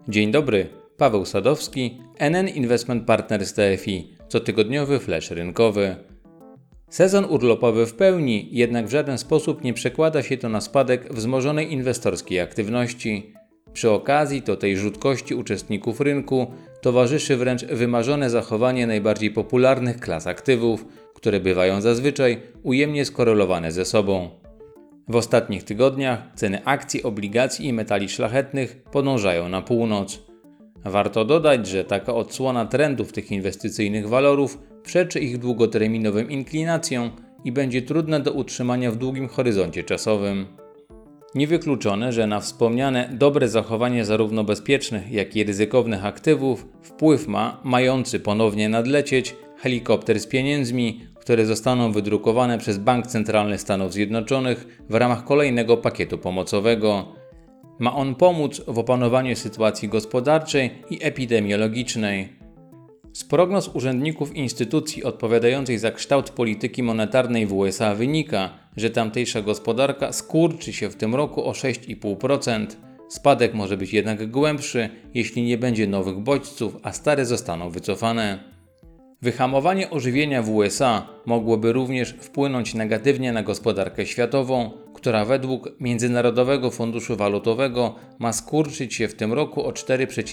Dzień dobry, Paweł Sadowski, NN Investment Partners TFI, cotygodniowy flash rynkowy. Sezon urlopowy w pełni, jednak w żaden sposób nie przekłada się to na spadek wzmożonej inwestorskiej aktywności. Przy okazji tej rzutkości uczestników rynku towarzyszy wręcz wymarzone zachowanie najbardziej popularnych klas aktywów, które bywają zazwyczaj ujemnie skorelowane ze sobą. W ostatnich tygodniach ceny akcji, obligacji i metali szlachetnych podążają na północ. Warto dodać, że taka odsłona trendów tych inwestycyjnych walorów przeczy ich długoterminowym inklinacjom i będzie trudna do utrzymania w długim horyzoncie czasowym. Niewykluczone, że na wspomniane dobre zachowanie zarówno bezpiecznych, jak i ryzykownych aktywów wpływ ma mający ponownie nadlecieć helikopter z pieniędzmi, które zostaną wydrukowane przez Bank Centralny Stanów Zjednoczonych w ramach kolejnego pakietu pomocowego. Ma on pomóc w opanowaniu sytuacji gospodarczej i epidemiologicznej. Z prognoz urzędników instytucji odpowiadającej za kształt polityki monetarnej w USA wynika, że tamtejsza gospodarka skurczy się w tym roku o 6,5%. Spadek może być jednak głębszy, jeśli nie będzie nowych bodźców, a stare zostaną wycofane. Wyhamowanie ożywienia w USA mogłoby również wpłynąć negatywnie na gospodarkę światową, która według Międzynarodowego Funduszu Walutowego ma skurczyć się w tym roku o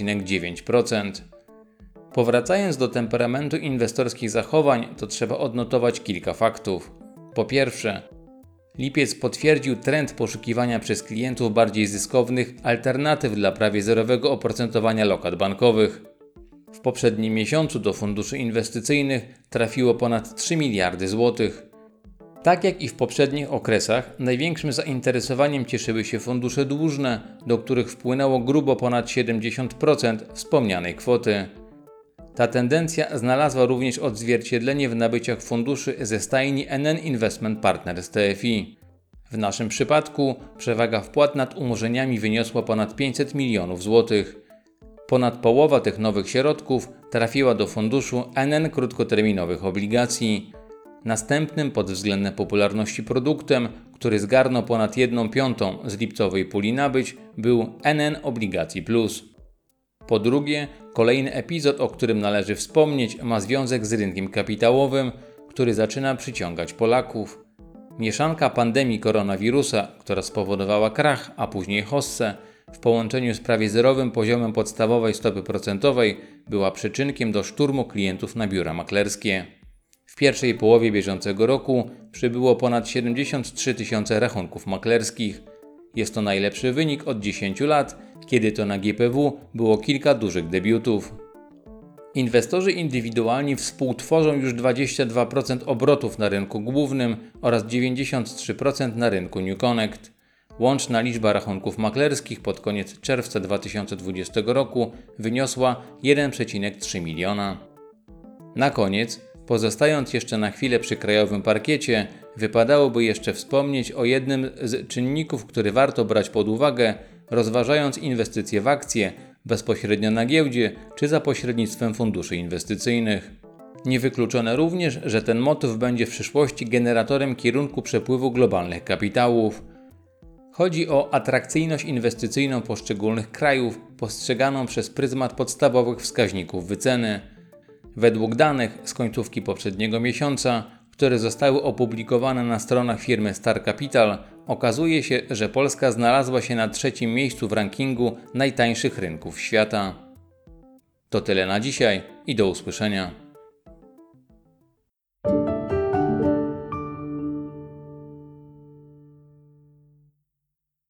4,9%. Powracając do temperamentu inwestorskich zachowań, to trzeba odnotować kilka faktów. Po pierwsze, lipiec potwierdził trend poszukiwania przez klientów bardziej zyskownych alternatyw dla prawie zerowego oprocentowania lokat bankowych. W poprzednim miesiącu do funduszy inwestycyjnych trafiło ponad 3 miliardy złotych. Tak jak i w poprzednich okresach, największym zainteresowaniem cieszyły się fundusze dłużne, do których wpłynęło grubo ponad 70% wspomnianej kwoty. Ta tendencja znalazła również odzwierciedlenie w nabyciach funduszy ze stajni NN Investment Partners TFI. W naszym przypadku przewaga wpłat nad umorzeniami wyniosła ponad 500 milionów złotych. Ponad połowa tych nowych środków trafiła do funduszu NN krótkoterminowych obligacji. Następnym pod względem popularności produktem, który zgarnął ponad 1/5 z lipcowej puli nabyć, był NN Obligacji Plus. Po drugie, kolejny epizod, o którym należy wspomnieć, ma związek z rynkiem kapitałowym, który zaczyna przyciągać Polaków. Mieszanka pandemii koronawirusa, która spowodowała krach, a później hossę, w połączeniu z prawie zerowym poziomem podstawowej stopy procentowej była przyczynkiem do szturmu klientów na biura maklerskie. W pierwszej połowie bieżącego roku przybyło ponad 73 tysiące rachunków maklerskich. Jest to najlepszy wynik od 10 lat, kiedy to na GPW było kilka dużych debiutów. Inwestorzy indywidualni współtworzą już 22% obrotów na rynku głównym oraz 93% na rynku New Connect. Łączna liczba rachunków maklerskich pod koniec czerwca 2020 roku wyniosła 1,3 miliona. Na koniec, pozostając jeszcze na chwilę przy krajowym parkiecie, wypadałoby jeszcze wspomnieć o jednym z czynników, który warto brać pod uwagę, rozważając inwestycje w akcje bezpośrednio na giełdzie czy za pośrednictwem funduszy inwestycyjnych. Niewykluczone również, że ten motyw będzie w przyszłości generatorem kierunku przepływu globalnych kapitałów. Chodzi o atrakcyjność inwestycyjną poszczególnych krajów postrzeganą przez pryzmat podstawowych wskaźników wyceny. Według danych z końcówki poprzedniego miesiąca, które zostały opublikowane na stronach firmy Star Capital, okazuje się, że Polska znalazła się na 3. miejscu w rankingu najtańszych rynków świata. To tyle na dzisiaj i do usłyszenia.